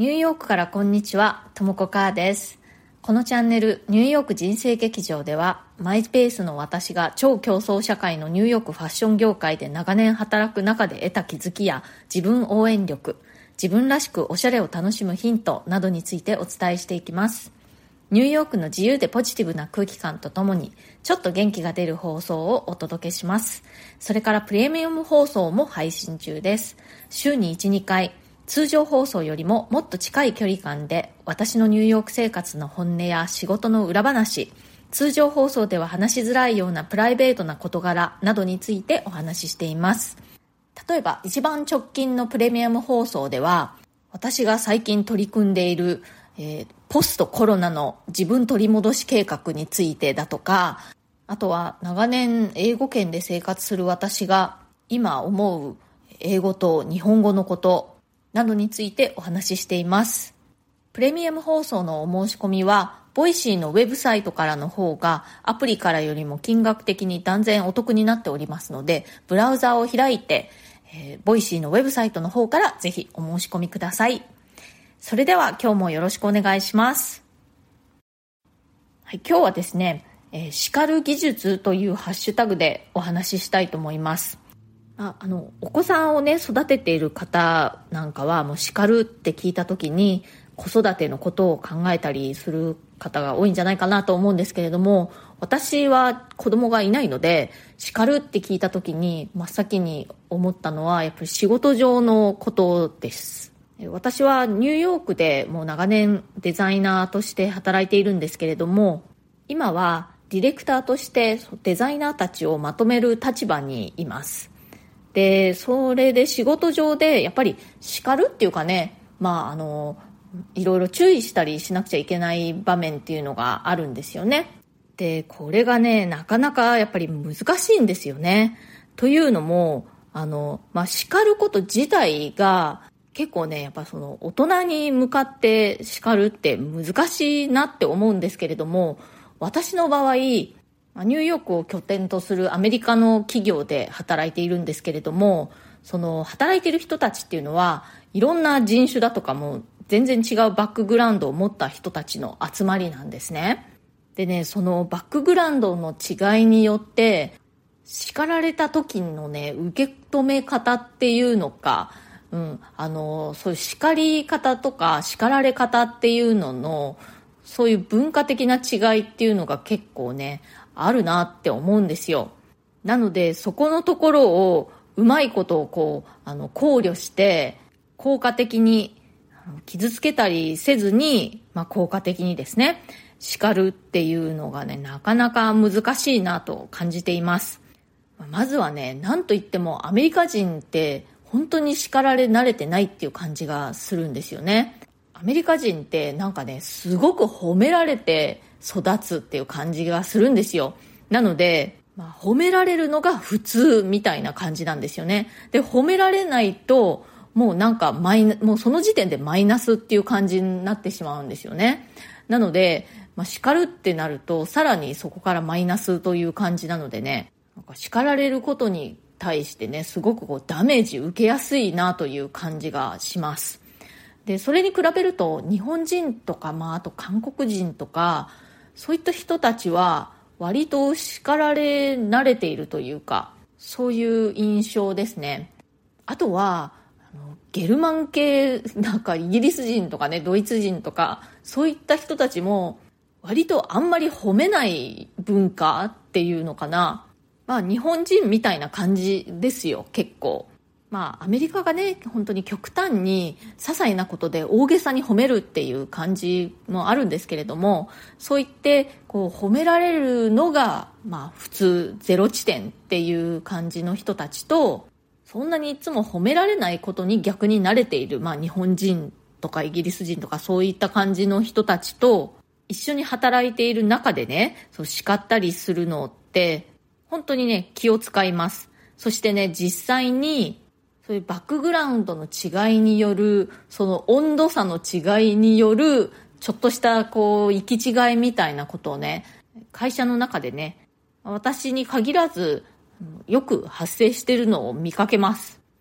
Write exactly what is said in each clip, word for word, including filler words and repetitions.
ニューヨークからこんにちは、ともこかーです。このチャンネルニューヨーク人生劇場では、マイペースの私が超競争社会のニューヨークファッション業界で長年働く中で得た気づきや自分応援力、自分らしくおしゃれを楽しむヒントなどについてお伝えしていきます。ニューヨークの自由でポジティブな空気感とともにちょっと元気が出る放送をお届けします。それからプレミアム放送も配信中です。週にいち、にかい、通常放送よりももっと近い距離感で私のニューヨーク生活の本音や仕事の裏話、通常放送では話しづらいようなプライベートな事柄などについてお話ししています。例えば一番直近のプレミアム放送では、私が最近取り組んでいる、えー、ポストコロナの自分取り戻し計画についてだとか、あとは長年英語圏で生活する私が今思う英語と日本語のことなどについてお話ししています。プレミアム放送のお申し込みはボイシーのウェブサイトからの方がアプリからよりも金額的に断然お得になっておりますので、ブラウザを開いて、えー、ボイシーのウェブサイトの方からぜひお申し込みください。それでは今日もよろしくお願いします。はい、今日はですね、えー、叱る技術というハッシュタグでお話ししたいと思います。ああのお子さんをね育てている方なんかはもう叱るって聞いた時に子育てのことを考えたりする方が多いんじゃないかなと思うんですけれども、私は子供がいないので叱るって聞いた時に真っ先に思ったのはやっぱり仕事上のことです。私はニューヨークでもう長年デザイナーとして働いているんですけれども、今はディレクターとしてデザイナーたちをまとめる立場にいます。で、それで仕事上でやっぱり叱るっていうかね、まああのいろいろ注意したりしなくちゃいけない場面っていうのがあるんですよね。で、これがねなかなかやっぱり難しいんですよね。というのもあの、まあ、叱ること自体が結構ねやっぱその大人に向かって叱るって難しいなって思うんですけれども、私の場合ニューヨークを拠点とするアメリカの企業で働いているんですけれども、その働いている人たちっていうのはいろんな人種だとかも全然違うバックグラウンドを持った人たちの集まりなんですね。でね、そのバックグラウンドの違いによって叱られた時のね受け止め方っていうのか、うん、あのそういう叱り方とか叱られ方っていうののそういう文化的な違いっていうのが結構ねあるなって思うんですよ。なのでそこのところをうまいことをこうあの考慮して効果的に傷つけたりせずに、まあ、効果的にですね叱るっていうのがねなかなか難しいなと感じています。まずはね、なんといってもアメリカ人って本当に叱られ慣れてないっていう感じがするんですよね。アメリカ人ってなんかねすごく褒められて育つっていう感じがするんですよ。なので、まあ、褒められるのが普通みたいな感じなんですよね。で、褒められないともうなんかマイナもうその時点でマイナスっていう感じになってしまうんですよね。なので、まあ、叱るってなるとさらにそこからマイナスという感じなのでね、なんか叱られることに対してねすごくこうダメージ受けやすいなという感じがします。で、それに比べると日本人とか、まあ、あと韓国人とかそういった人たちは割と叱られ慣れているというか、そういう印象ですね。あとはあのゲルマン系なんかイギリス人とかねドイツ人とかそういった人たちも割とあんまり褒めない文化っていうのかな、まあ日本人みたいな感じですよ結構。まあアメリカがね本当に極端に些細なことで大げさに褒めるっていう感じもあるんですけれども、そう言ってこう褒められるのがまあ普通ゼロ地点っていう感じの人たちと、そんなにいつも褒められないことに逆に慣れている、まあ日本人とかイギリス人とかそういった感じの人たちと一緒に働いている中でね、そう叱ったりするのって本当にね気を使います。そしてね実際にそういうバックグラウンドの違いによるその温度差の違いによるちょっとしたこう行き違いみたいなことをね会社の中でね私に限らずよく発生しているのを見かけます。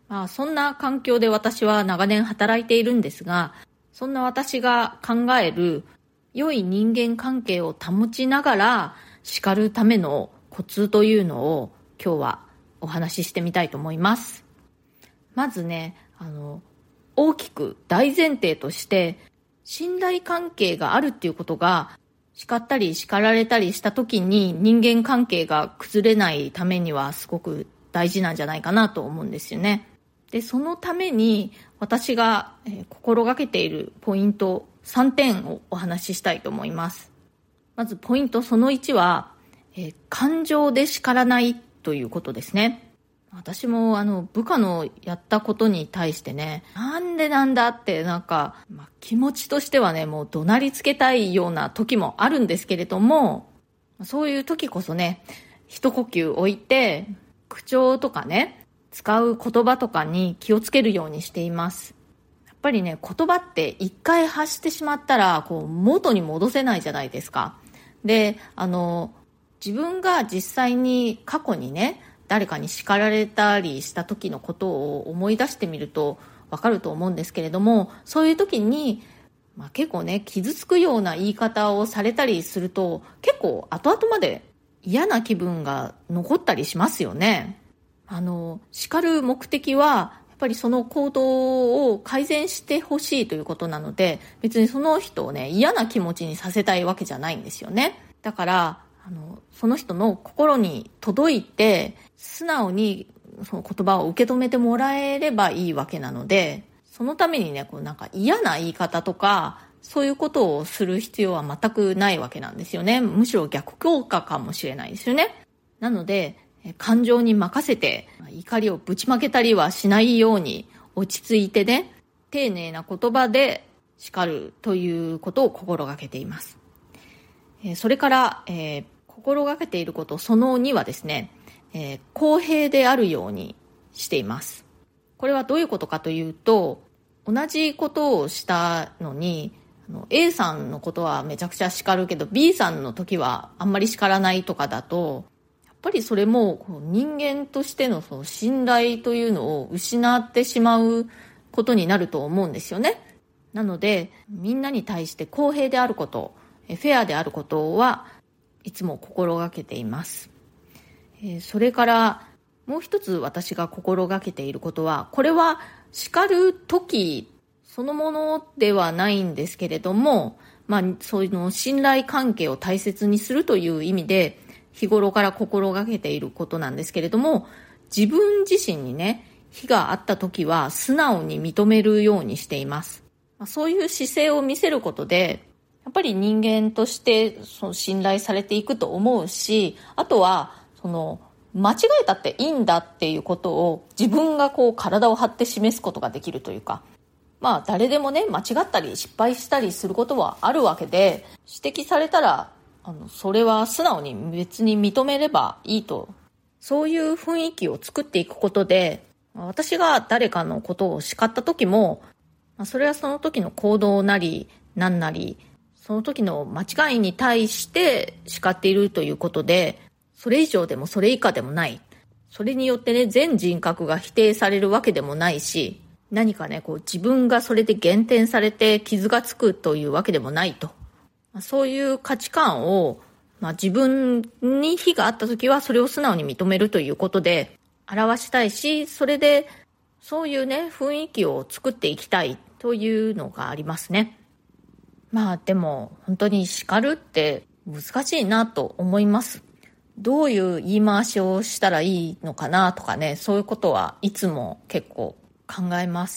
まあ、そんな環境で私は長年働いているんですが、そんな私が考える良い人間関係を保ちながら叱るためのコツというのを今日はお話ししてみたいと思います。まずね、あの、大きく大前提として信頼関係があるっていうことが、叱ったり叱られたりした時に人間関係が崩れないためにはすごく大事なんじゃないかなと思うんですよね。で、そのために私が、えー、心がけているポイントさんてんをお話ししたいと思います。まずポイントそのいちは、えー、感情で叱らないということですね。私もあの部下のやったことに対してね、なんでなんだってなんか、まあ、気持ちとしてはね、もう怒鳴りつけたいような時もあるんですけれども、そういう時こそね、一呼吸置いて口調とかね、使う言葉とかに気をつけるようにしています。やっぱりね、言葉って一回発してしまったらこう元に戻せないじゃないですか。で、あの自分が実際に過去にね、誰かに叱られたりした時のことを思い出してみるとわかると思うんですけれども、そういう時に、まあ、結構ね、傷つくような言い方をされたりすると結構後々まで嫌な気分が残ったりしますよね。あの叱る目的はやっぱりその行動を改善してほしいということなので、別にその人をね、嫌な気持ちにさせたいわけじゃないんですよね。だからあのその人の心に届いて素直にその言葉を受け止めてもらえればいいわけなので、そのためにね、こうなんか嫌な言い方とかそういうことをする必要は全くないわけなんですよね。むしろ逆効果かもしれないですよね。なので感情に任せて怒りをぶちまけたりはしないように落ち着いてね、丁寧な言葉で叱るということを心がけています。それから、えー、心がけていることそのにはですね、えー、公平であるようにしています。これはどういうことかというと、同じことをしたのにあの A さんのことはめちゃくちゃ叱るけど B さんの時はあんまり叱らないとかだと、やっぱりそれもこう人間としてのその信頼というのを失ってしまうことになると思うんですよね。なのでみんなに対して公平であること、フェアであることはいつも心がけています。それからもう一つ私が心がけていることは、これは叱る時そのものではないんですけれども、まあ、そういうの信頼関係を大切にするという意味で日頃から心がけていることなんですけれども、自分自身にね、非があった時は素直に認めるようにしています。そういう姿勢を見せることでやっぱり人間としてその信頼されていくと思うし、あとはその間違えたっていいんだっていうことを自分がこう体を張って示すことができるというか、まあ誰でもね、間違ったり失敗したりすることはあるわけで、指摘されたらあのそれは素直に別に認めればいいと、そういう雰囲気を作っていくことで、私が誰かのことを叱った時も、それはその時の行動なり何なりその時の間違いに対して叱っているということで、それ以上でもそれ以下でもない。それによってね、全人格が否定されるわけでもないし、何かね、こう自分がそれで減点されて傷がつくというわけでもないと。そういう価値観を、まあ、自分に非があった時はそれを素直に認めるということで表したいし、それでそういうね、雰囲気を作っていきたいというのがありますね。まあでも本当に叱るって難しいなと思います。どういう言い回しをしたらいいのかなとかね、そういうことはいつも結構考えます。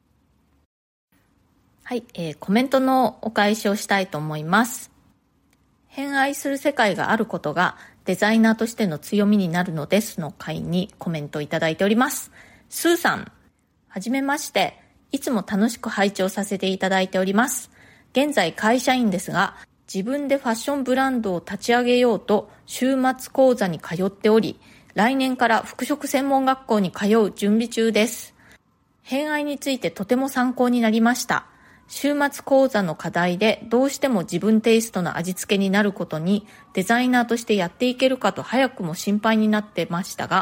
はい、えー、コメントのお返しをしたいと思います。偏愛する世界があることがデザイナーとしての強みになるのですの回にコメントいただいております。スーさん、はじめまして。いつも楽しく拝聴させていただいております。現在会社員ですが、自分でファッションブランドを立ち上げようと週末講座に通っており、来年から服飾専門学校に通う準備中です。偏愛についてとても参考になりました。週末講座の課題でどうしても自分テイストの味付けになることにデザイナーとしてやっていけるかと早くも心配になってましたが、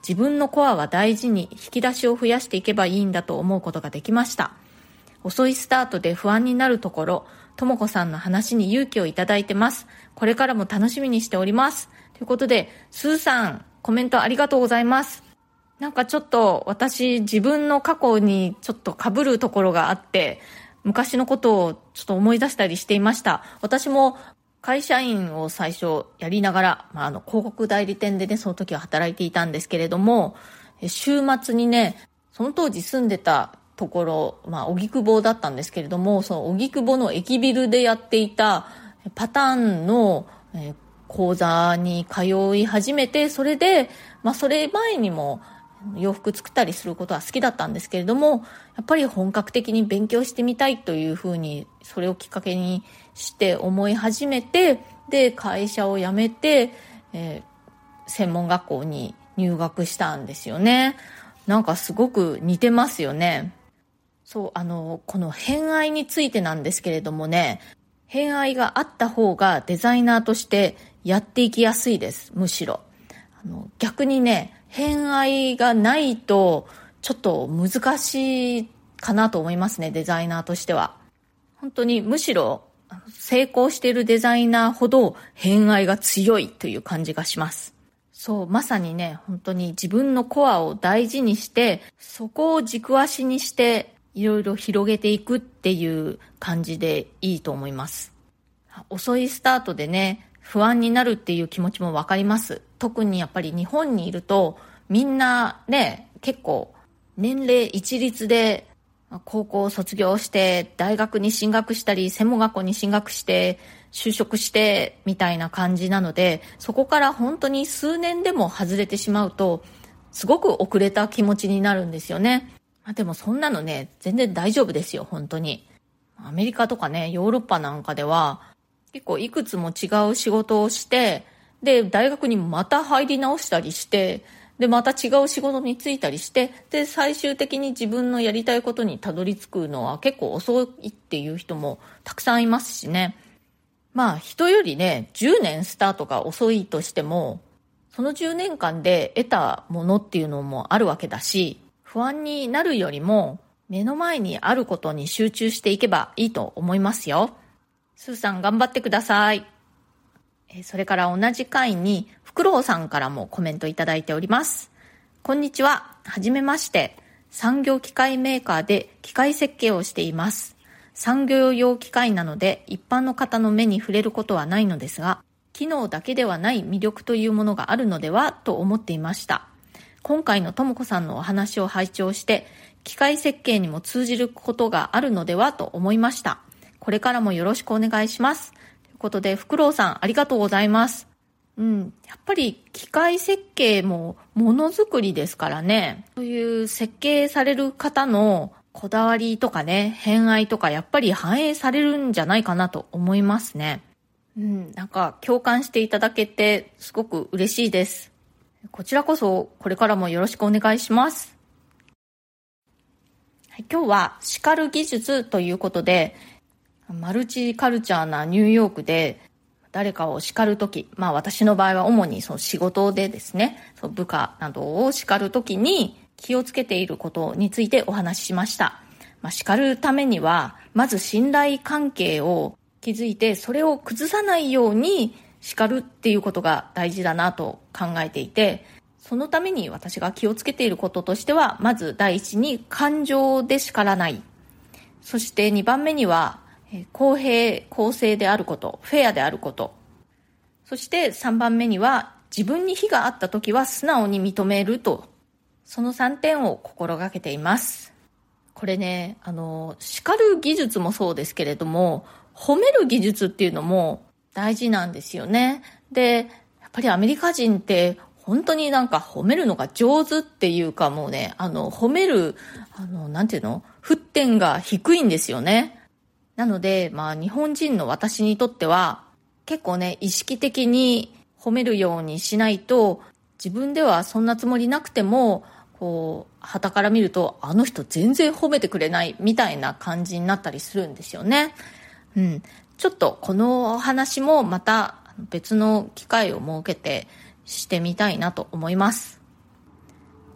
自分のコアは大事に引き出しを増やしていけばいいんだと思うことができました。遅いスタートで不安になるところ、ともこさんの話に勇気をいただいてます。これからも楽しみにしております。ということで、スーさん、コメントありがとうございます。なんかちょっと私自分の過去にちょっと被るところがあって、昔のことをちょっと思い出したりしていました。私も会社員を最初やりながら、まあ、あの広告代理店でね、その時は働いていたんですけれども、週末にね、その当時住んでたところ、まあ、荻窪だったんですけれども、その荻窪の駅ビルでやっていたパターンの、えー、講座に通い始めて、それで、まあ、それ前にも洋服作ったりすることは好きだったんですけれども、やっぱり本格的に勉強してみたいというふうに、それをきっかけにして思い始めて、で、会社を辞めて、えー、専門学校に入学したんですよね。なんかすごく似てますよね。そう、あの、この偏愛についてなんですけれどもね、偏愛があった方がデザイナーとしてやっていきやすいです、むしろ。あの、逆にね、偏愛がないとちょっと難しいかなと思いますね、デザイナーとしては。本当にむしろ成功しているデザイナーほど偏愛が強いという感じがします。そう、まさにね、本当に自分のコアを大事にして、そこを軸足にしていろいろ広げていくっていう感じでいいと思います。遅いスタートでね、不安になるっていう気持ちもわかります。特にやっぱり日本にいるとみんなね、結構年齢一律で高校を卒業して大学に進学したり専門学校に進学して就職してみたいな感じなので、そこから本当に数年でも外れてしまうとすごく遅れた気持ちになるんですよね。でもそんなのね、全然大丈夫ですよ、本当に。アメリカとかね、ヨーロッパなんかでは結構いくつも違う仕事をして、で、大学にまた入り直したりして、で、また違う仕事に就いたりして、で、最終的に自分のやりたいことにたどり着くのは結構遅いっていう人もたくさんいますしね。まあ、人よりね、じゅうねんスタートが遅いとしても、そのじゅうねんかんで得たものっていうのもあるわけだし、不安になるよりも目の前にあることに集中していけばいいと思いますよ。スーさん頑張ってください。それから同じ回にフクロウさんからもコメントいただいております。こんにちは。はじめまして。産業機械メーカーで機械設計をしています。産業用機械なので一般の方の目に触れることはないのですが、機能だけではない魅力というものがあるのではと思っていました。今回のともこさんのお話を拝聴して、機械設計にも通じることがあるのではと思いました。これからもよろしくお願いします。ということで、フクロウさんありがとうございます。うん、やっぱり機械設計もものづくりですからね。そういう設計される方のこだわりとかね、偏愛とかやっぱり反映されるんじゃないかなと思いますね。うん、なんか共感していただけてすごく嬉しいです。こちらこそこれからもよろしくお願いします。はい、今日は叱る技術ということで、マルチカルチャーなニューヨークで誰かを叱るとき、まあ私の場合は主にその仕事でですね、その部下などを叱るときに気をつけていることについてお話ししました。まあ、叱るためにはまず信頼関係を築いて、それを崩さないように叱るっていうことが大事だなと考えていて、そのために私が気をつけていることとしては、まず第一に感情で叱らない。そしてにばんめには公平公正であること、フェアであること。そしてさんばんめには自分に非があったときは素直に認めると。そのさんてんを心がけています。これね、あの叱る技術もそうですけれども、褒める技術っていうのも大事なんですよね。で、やっぱりアメリカ人って本当になんか褒めるのが上手っていうか、もうね、あの褒めるあのなんていうの、沸点が低いんですよね。なので、まあ日本人の私にとっては結構ね、意識的に褒めるようにしないと、自分ではそんなつもりなくても、こう傍から見ると、あの人全然褒めてくれないみたいな感じになったりするんですよね。うん、ちょっとこのお話もまた別の機会を設けてしてみたいなと思います。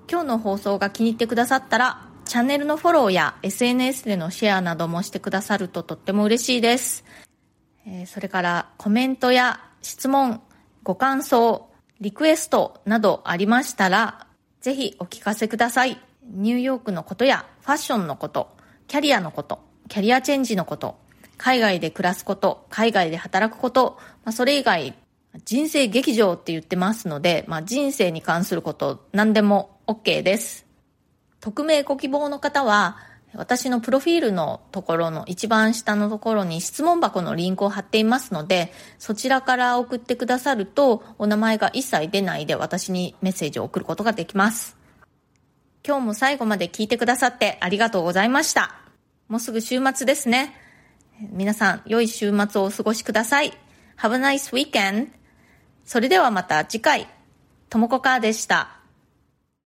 今日の放送が気に入ってくださったら、チャンネルのフォローや エスエヌエス でのシェアなどもしてくださるととっても嬉しいです。えー、それからコメントや質問、ご感想、リクエストなどありましたら、ぜひお聞かせください。ニューヨークのことやファッションのこと、キャリアのこと、キャリアチェンジのこと、海外で暮らすこと、海外で働くこと、まあ、それ以外、人生劇場って言ってますので、まあ、人生に関すること何でも OK です。匿名ご希望の方は、私のプロフィールのところの一番下のところに質問箱のリンクを貼っていますので、そちらから送ってくださると、お名前が一切出ないで私にメッセージを送ることができます。今日も最後まで聞いてくださってありがとうございました。もうすぐ週末ですね。皆さん、良い週末をお過ごしください。Have a nice weekend! それではまた次回、ともこかーでした。